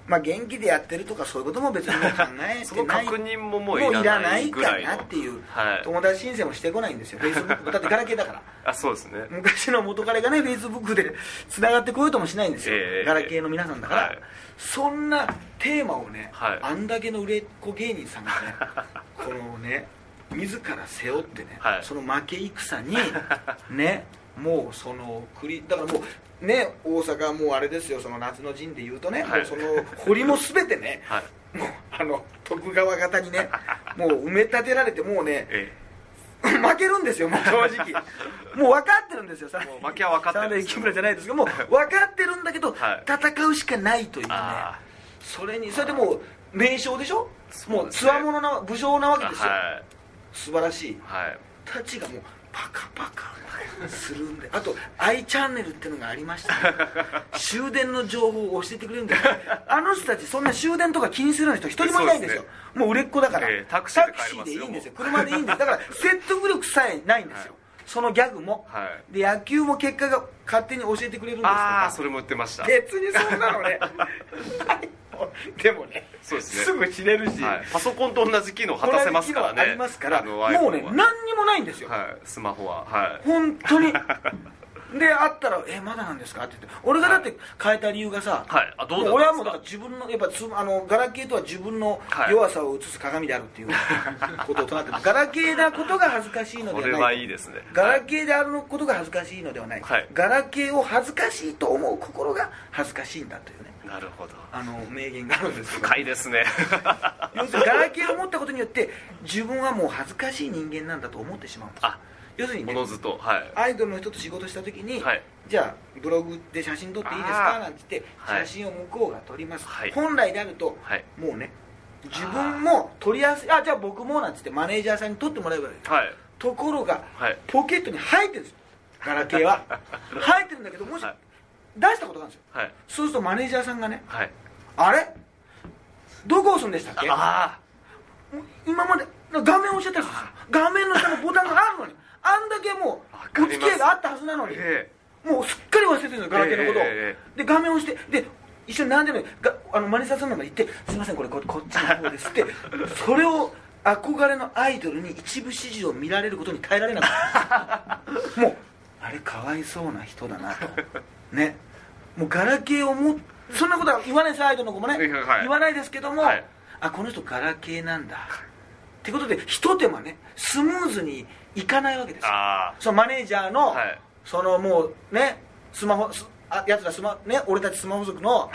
まあ元気でやってるとかそういうことも別にもう考えてないその確認ももういらないぐらいかなっていう、はい、友達申請もしてこないんですよ、フェイスブックだってガラケーだからあそうですね、 昔の元彼がねフェイスブックでつながってこようともしないんですよ、えー、ガラケーの皆さんだから、はい、そんなテーマをね、はい、あんだけの売れっ子芸人さんがねこのね自ら背負ってね、はい、その負け戦にねもうその栗だからもうね大阪もうあれですよ、その夏の陣でいうとね、はい、もうその堀も全てね、はい、もうあの徳川方にねもう埋め立てられてもうね、ええ、負けるんですよもう正直もう分かってるんですよ、さもう負けは分かってるんですよ、 木村じゃないですけどもう分かってるんだけど、はい、戦うしかないというね、それにそれでもう名将でしょ、もうつわものな武将なわけですよ、はい、素晴らしい、はい、たちがもうパカパカするんで、あと I チャンネルっていうのがありました、ね、終電の情報を教えてくれるんですよあの人たちそんな終電とか気にするような人一人もいないんですよ、す、ね、もう売れっ子だから、えー、タクシーで帰りますよ、タクシーでいいんですよ、車でいいんですだから説得力さえないんですよ、はい、そのギャグも、はい、で野球も結果が勝手に教えてくれるんですよ、 ああそれも言ってました、 別にそんなのねでもね、 そうですね、 すぐ知れるし、 はい、パソコンと同じ機能果たせますからね、 ありますから、もうね何にもないんですよ、 はい、スマホは、はい、 本当にであったら「えまだなんですか?」って言って、俺がだって変えた理由がさ、 はい、あどうだったんですか、 俺はもうだから自分のやっぱあのガラケーとは自分の弱さを映す鏡であるっていうことを唱ってる、ガラケーなことが恥ずかしいのではない、 これはいいですね、 ガラケーであることが恥ずかしいのではない、はい、ガラケーを恥ずかしいと思う心が恥ずかしいんだというね、 なるほど、 あの名言があるんですけど、 深いですね要するにガラケーを持ったことによって自分はもう恥ずかしい人間なんだと思ってしまうんです。あ、 要するに、ね、おのずと、はい、 アイドルの人と仕事した時に、はい、じゃあブログで写真撮っていいですかなんて言って写真を向こうが撮ります、はい、本来であると、はい、もうね自分も撮りやすい、あじゃあ僕もなんて言ってマネージャーさんに撮ってもらえばいい、はい、ところが、はい、ポケットに入ってるんですよガラケーは入ってるんだけど、もし、はい、出したことがあるんですよ、はい、そうするとマネージャーさんがね、はい、あれどこ押すんでしたっけ、あ今まで画面を教えてるんですよ、画面の下のボタンがあるのにあんだけもうお付き合いがあったはずなのに、えー、もうすっかり忘れてるんですよガラケーのことを、えー、で画面を押してで一緒に並んでるのにがあのマネージャーさんの前に行って「すいませんこれここっちの方です」ってそれを憧れのアイドルに一部始終を見られることに耐えられなかったもうあれかわいそうな人だなとね、もうガラケーをもそんなことは言わないですアイドルの子もね、はい、言わないですけども、はい、あこの人ガラケーなんだってことで一手間ねスムーズにいかないわけですよ、そのマネージャーの、はい、そのもうねスマホあやつらスマね俺たちスマホ族の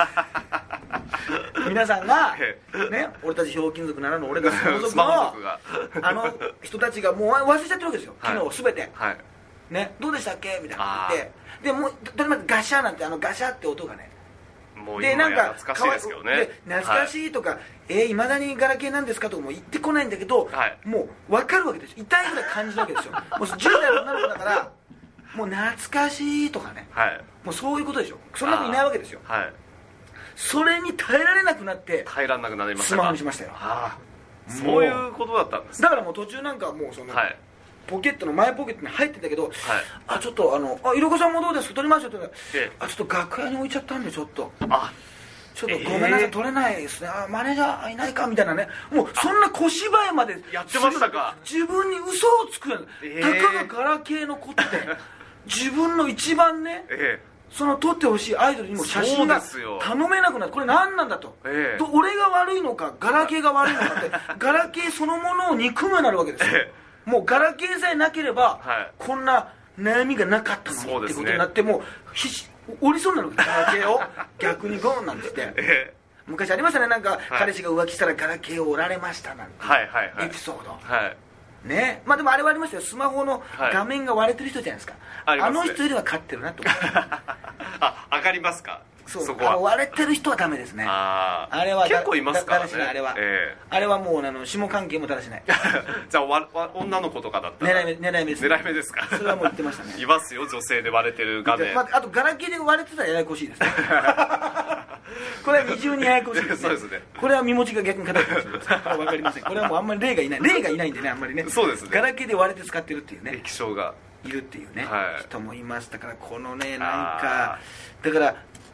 皆さんがね俺たちひょうきん族ならぬ俺たちスマホ族のあの人たちがもう忘れちゃってるわけですよ、はい、機能全て、はい、ねどうでしたっけみたいな言ってでもう例えばガシャなんてあのガシャって音がねもう今や懐かしいですけどね、 で懐かしいとか、はい、えー、いまだにガラケーなんですかとかも言ってこないんだけど、はい、もう分かるわけですよ、痛いぐらい感じるわけですよもうじゅう代の女の子だからもう懐かしいとかね、はい、もうそういうことでしょ、そんな子いないわけですよ、はい、それに耐えられなくなって耐えられなくなりましたスマホにしましたよ、 はあ、そういうことだったんです、 だからもう途中なんかもうその、はい、ポケットの前ポケットに入ってんだけど、はい、あちょっとあのあいろこさんもどうですか取りますよって言ったら、ええ、あちょっと楽屋に置いちゃったんでちょっとあちょっとごめんなさい、えー、取れないですね、あマネージャーいないかみたいなね、もうそんな小芝居までやってましたか、 自分に嘘をつく、えー、たかがガラケーの子って自分の一番ね、えー、その撮ってほしいアイドルにも写真が頼めなくなる、これ何なんだと、えー、と俺が悪いのかガラケーが悪いのかってガラケーそのものを憎むようになるわけですよ、えー、もうガラケーさえなければ、はい、こんな悩みがなかったのにってことになって、もう必死折りそうになるガラケーを逆にゴーンなんて言って、えー、昔ありましたね、なんか、はい、彼氏が浮気したらガラケーを折られましたなんてエピソード、はいはいね、まあでもあれはありましたよ、スマホの画面が割れてる人じゃないですか、はい、あの人よりは勝ってるなと思ってあ、上がりますか、 そう、そこは割れてる人はダメですね、ああれは結構いますからね、 あれは、えー、あれはもうあの下関係もだらしないじゃあわわ女の子とかだったら狙い目、狙い目です、 狙い目ですか、 それはもう言ってましたねいますよ、女性で割れてる画面、 まあ、あとガラケーで割れてたらややこしいですねこれは二重にややこしいですねそうですね、これは身持ちが逆に硬いかもしれません、これは分かりません、これはもうあんまり例がいない例がいないんでね、あんまりね、 そうですね、 ガラケーで割れて使ってるっていうね液晶がいるっていうね、はい、人もいましたから、このねなんかだから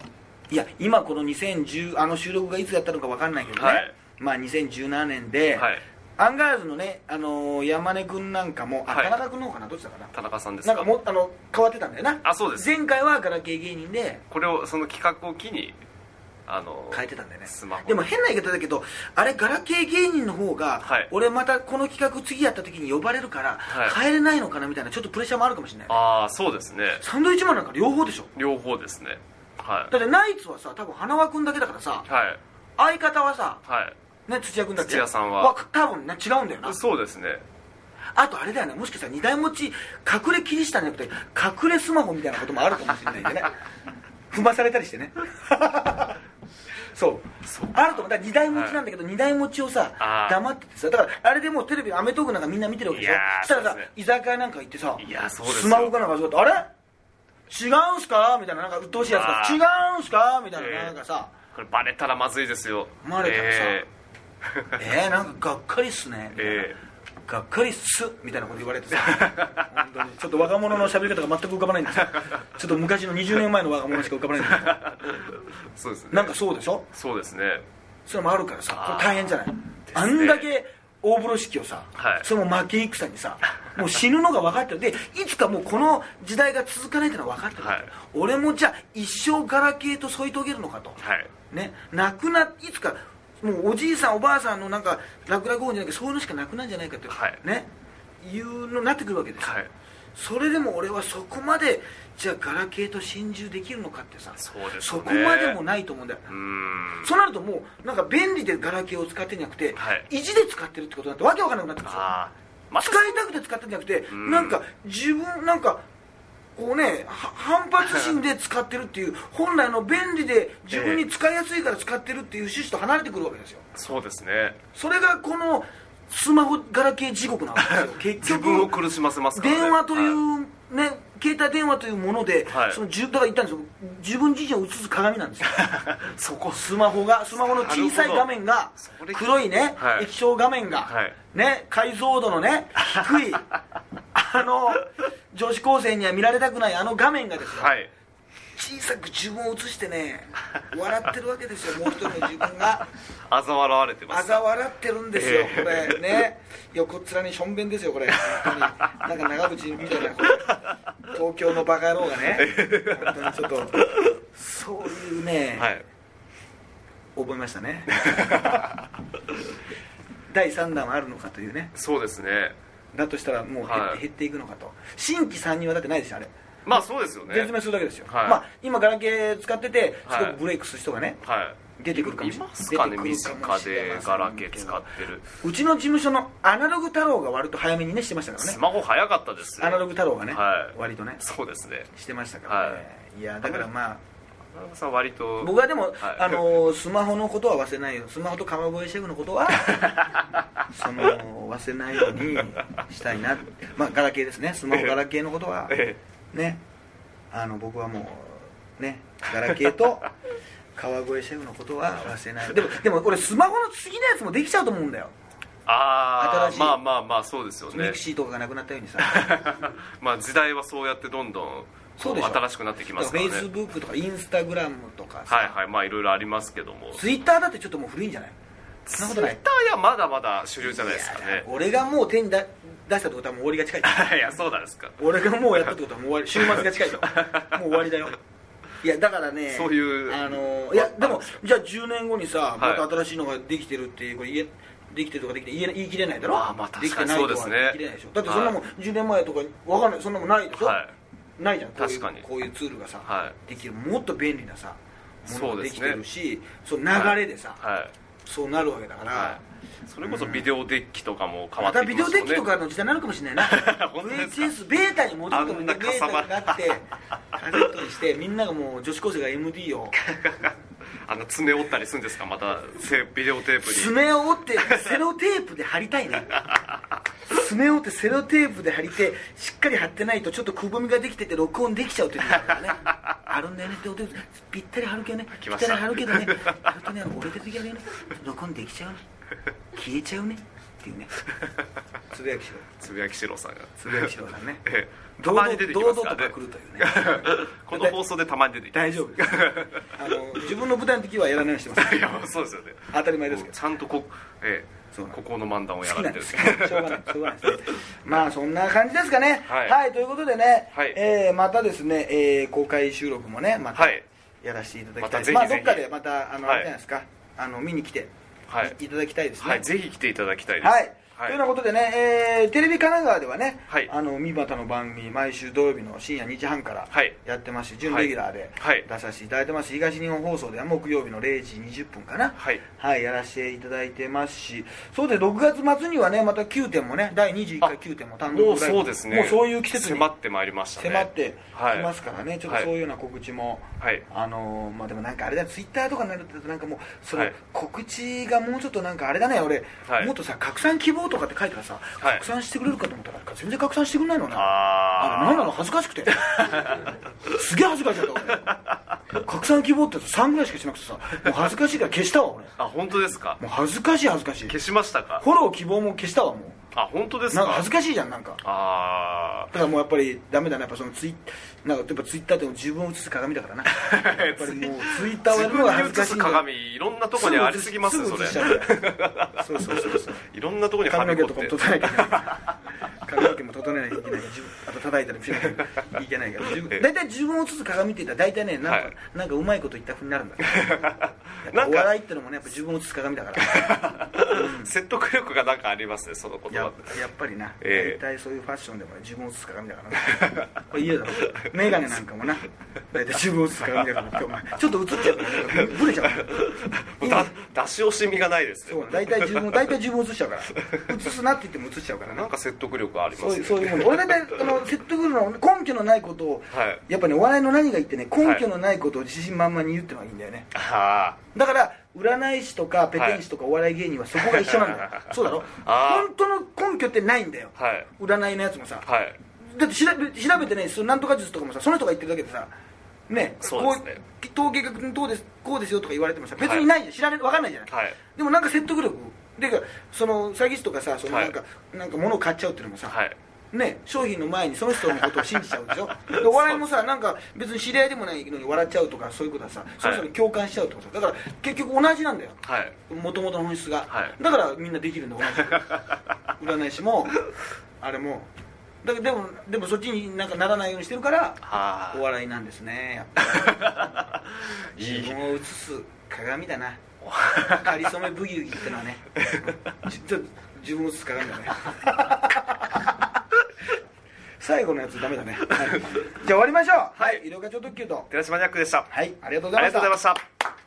いや今このにせんじゅうあの収録がいつやったのか分かんないけどね、はい、まあにせんじゅうななねんで、はい、アンガールズのね、あのー、山根君なんかも、あ、はい、田中君の方かな、どっちだかな、 田中さんですか、 なんかもあの変わってたんだよな。 あ、そうです。 前回はガラケー芸人で、 これをその企画を機にあのー、 変えてたんだよね。 スマホでも変な言い方だけど、あれガラケー芸人の方が、はい、俺またこの企画次やった時に呼ばれるから、はい、変えれないのかなみたいなちょっとプレッシャーもあるかもしれない、ね。 ああ、そうですね。 サンドウィッチマンなんか両方でしょ。 両方ですね。はい。 だってナイツはさ、多分花輪君だけだからさ、はい、相方はさ、はい、ね、土屋君だっけ、 土屋さんは多分ね違うんだよな。 そうですね。 あとあれだよね、もしかしたら二台持ち隠れキリシタンじゃなくて隠れスマホみたいなこともあるかもしれないんでね踏まされたりしてねそうあると思う。だから二台持ちなんだけど、はい、二台持ちをさ黙っててさ、だからあれでもうテレビアメトークなんかみんな見てるわけでしょ。そしたらさ、ね、居酒屋なんか行ってさ、 いやそうですスマホかなんかそうだって、あれ違うんすかみたいな、なんか鬱陶しいやつが違うんすかみたいな、えー、なんかさ、 これバレたらまずいですよ。 バレたらさ、えー、えー、なんかがっかりっすねみたいな、えー、がっかりっすみたいなこと言われてさ本当にちょっと若者の喋り方が全く浮かばないんですよちょっと昔のにじゅうねんまえの若者しか浮かばないんですよそうですね。 なんかそうでしょ。 そうですね。 それもあるからさ、これ大変じゃない。 あ, あんだけ大風呂敷をさ、はい、それも負け戦にさ、もう死ぬのが分かってる。でいつかもうこの時代が続かないっていうのは分かってる、はい、俺もじゃあ一生ガラケーと添い遂げるのかと、はい、ね、なくないつかもうおじいさんおばあさんのなんか楽々音じゃなくてそういうのしかなくなんじゃないかって、はい、ね、いうのになってくるわけですよ、はい、それでも俺はそこまでじゃあガラケーと心中できるのかってさ、 そうですね、 そこまでもないと思うんだよ。うーん、そうなるともうなんか便利でガラケーを使ってんじゃなくて、はい、意地で使ってるってことになってわけわからなくなってくるんですよ。あ、ま、使いたくて使ってんじゃなくて、んなんか自分なんかこうね、反発心で使ってるっていう本来の便利で自分に使いやすいから使ってるっていう趣旨と離れてくるわけですよ。 そうですね。 それがこのスマホガラケー地獄なんですよ結局自分を苦しませますからね。 電話という、はい、ね、携帯電話というもので、はい、そのだから言ったんですよ、自分自身を映す鏡なんですよそこスマホがスマホの小さい画面が黒いね、はい、液晶画面が、はい、ね、解像度のね低いあの女子高生には見られたくないあの画面がですよ、はい、小さく自分を映してね笑ってるわけですよ。もう一人の自分が嘲笑われてます。 嘲笑ってるんですよ、これね。横っ面にしょんべんですよこれ。本当になんか長渕みたいな東京のバカ野郎がね本当にちょっとそういうね、はい、覚えましたねだいさんだんはあるのかというね。 そうですね。 だとしたらもう、はい、減っていくのかと。新規参入はだってないですよあれ。 まあそうですよね。 絶滅するだけですよ、はい、まあ今ガラケー使っててすごくブレイクする人がね、はい、出てくるかもしれない。いますかね、身近でガラケー使ってる。うちの事務所のアナログ太郎が割と早めにねしてましたからね。 スマホ早かったですよ。 アナログ太郎がね、はい、割とねそうですねしてましたからね、はい、いやだからまあ田中さん割と僕はでも、はい、あのスマホのことは忘れないよ。スマホと川越シェフのことはその忘れないようにしたいな。まあガラケーですね。スマホガラケーのことはね、あの僕はもうねガラケーと川越シェフのことは忘れない。でもでも俺スマホの次のやつもできちゃうと思うんだよ。 ああ、まあまあまあそうですよね。 ミクシーとかがなくなったようにさまあ時代はそうやってどんどんそうでしょ、新しくなってきますからね。 フェイスブックとかインスタグラムとかさ、 はいはい、まあいろいろありますけども、 ツイッターだってちょっともう古いんじゃない？ そんなことない。ツイッターはまだまだ主流じゃないですかね。 俺がもう手に出したってことはもう終わりが近いいやそうなんですか。 俺がもうやったってことはもう終わり、週末が近いよもう終わりだよ。いやだからね、 そういうあのいやでもじゃあじゅうねんごにさ、また新しいのができてるっていうこれ言えできてるとかできて言い切れないだろ。 ああまあ確かにそうですね。 言い切れないでしょ。だってそんなもんじゅうねんまえとかわかんない、そんなもんないでしょ、はい、ないじゃん。 確かにこういうツールがさ、 はい、 できるもっと便利なさものができてるし、その流れでさ、はいはい、そうなるわけだから、はい、 それこそビデオデッキとかも変わってきますよね。 またビデオデッキとかの時代になるかもしれないなブイエイチエス ベータに戻るともベータになってカセットにしてみんながもう女子高生が エムディー をあの爪折ったりするんですか。またビデオテープに爪を折ってセロテープで貼りたいね爪を折ってセロテープで貼りてしっかり貼ってないとちょっとくぼみができてて録音できちゃうっていうのがあるねあるんだよねってぴったり貼るけどねぴったり貼るけどね貼るとね折れてる時あるよね録音できちゃうね消えちゃうねっていうねつぶやきしろつぶやきしろさんがつぶやきしろさんねたまに出てきますからね。 堂々と来るというねこの放送でたまに出てきます。 大丈夫あの自分の舞台の時はやらないようにしてますいやそうですよね、 当たり前ですけどちゃんとこ、ええここの漫談をやられてるんですけどしょうがないしょうがないですねまあそんな感じですかね。 はい、 はい、ということでね、 はい、 えー、またですね、えー、公開収録もねまたやらせていただきたいです、まあ、どっかでまたあの、はい、あれじゃないですか、あの見に来て、はい、いただきたいですね。 はい、ぜひ来ていただきたいです。 はい、はい、というようなことでね、えー、テレビ神奈川ではね、 はい、 あの三股の番組毎週土曜日の深夜にじはんからやってますし、準レギュラーで出させていただいてますし、東日本放送では木曜日のれいじにじゅっぷんかな、はい、はい、やらせていただいてますし、そうでろくがつ末にはねまたきゅうてんもねだいにじゅういっかいきゅうてんも単独ライブ、 もうそうですね、 もうそういう季節に迫ってまいりましたね。 迫ってきますからね、はい、ちょっとそういうような告知も、はい、あのまあでもなんかあれだ、ツイッターとかになるとなんかもうその告知がもうちょっとなんかあれだね、俺、はい、もっとさ拡散希望とかって書いたらさ、はい、拡散してくれるかと思ったら全然拡散してくれないのね。ああ何なの、恥ずかしくてすげえ恥ずかしかった俺拡散希望ってさんぐらいしかしなくてさ、もう恥ずかしいから消したわ俺。 あ本当ですか。 もう恥ずかしい恥ずかしい。 消しましたか。 フォロー希望も消したわもう。 あ本当ですか。 なんか恥ずかしいじゃんなんか。ああだからもうやっぱりダメだな、やっぱそのツイなんかやっぱツイッターって自分を映す鏡だからなやっぱりもうツイッターをやるのが恥ずかしい。 自分に映す鏡いろんなとこにありすぎますよそれ。そうそうそうそういろんなとこにはめ込って髪の毛とかも整えなきゃいけない髪の毛も整えなきゃいけないから、あと叩いたりもしなきゃいけないから大体自分を映す鏡って言ったら大体ねなんか、はい、なんかうまいこと言ったふうになるんだからお笑いってのもねやっぱ自分を映す鏡だから、 うん、説得力がなんかありますねその言葉。 や, やっぱりな、えー、大体そういうファッションでも、ね、自分を映す鏡だからなこれ言えだろメガネなんかもな大体自分を映す鏡だからお前ちょっと映っちゃうからブレちゃうだ出し惜しみがないですね。 そう大体自分大体自分を映しちゃうから映すなって言っても映しちゃうからね。 なんか説得力ありますね。 そういうもの俺大体あの説得力の根拠のないことを、はい、やっぱねお笑いの何が言ってね根拠のないことを自信満々に言うってのがいいんだよね、はい、だから占い師とかペテン師とかお笑い芸人はそこが一緒なんだよ、はい、そうだろ本当の根拠ってないんだよ、はい、占いのやつもさ、はい、だって調べ、調べてねそのなんとか術とかもさその人が言ってるだけでさね、そうですね、こう統計学どうですこうですよとか言われてもさ別にないじゃん、知られ分かんないじゃない、はい、でもなんか説得力でかその詐欺師とかさそのなんか、はい、なんか物を買っちゃうっていうのもさ、はいね、商品の前にその人のことを信じちゃうでしょでお笑いもさなんか別に知り合いでもないのに笑っちゃうとかそういうことはさ、はい、その人に共感しちゃうとかさだから結局同じなんだよもともとの本質が、はい、だからみんなできるんだ同じ占い師もあれもだけどでもでもそっちになんかならないようにしてるからお笑いなんですねやっぱり自分を映す鏡だなかりそめブギウギってのはねちょっと自分を映す鏡だね最後のやつダメだね、はい、じゃあ終わりましょう。はい、医療課長特急と寺島ニャックでした。 はい、ありがとうございました。 ありがとうございました。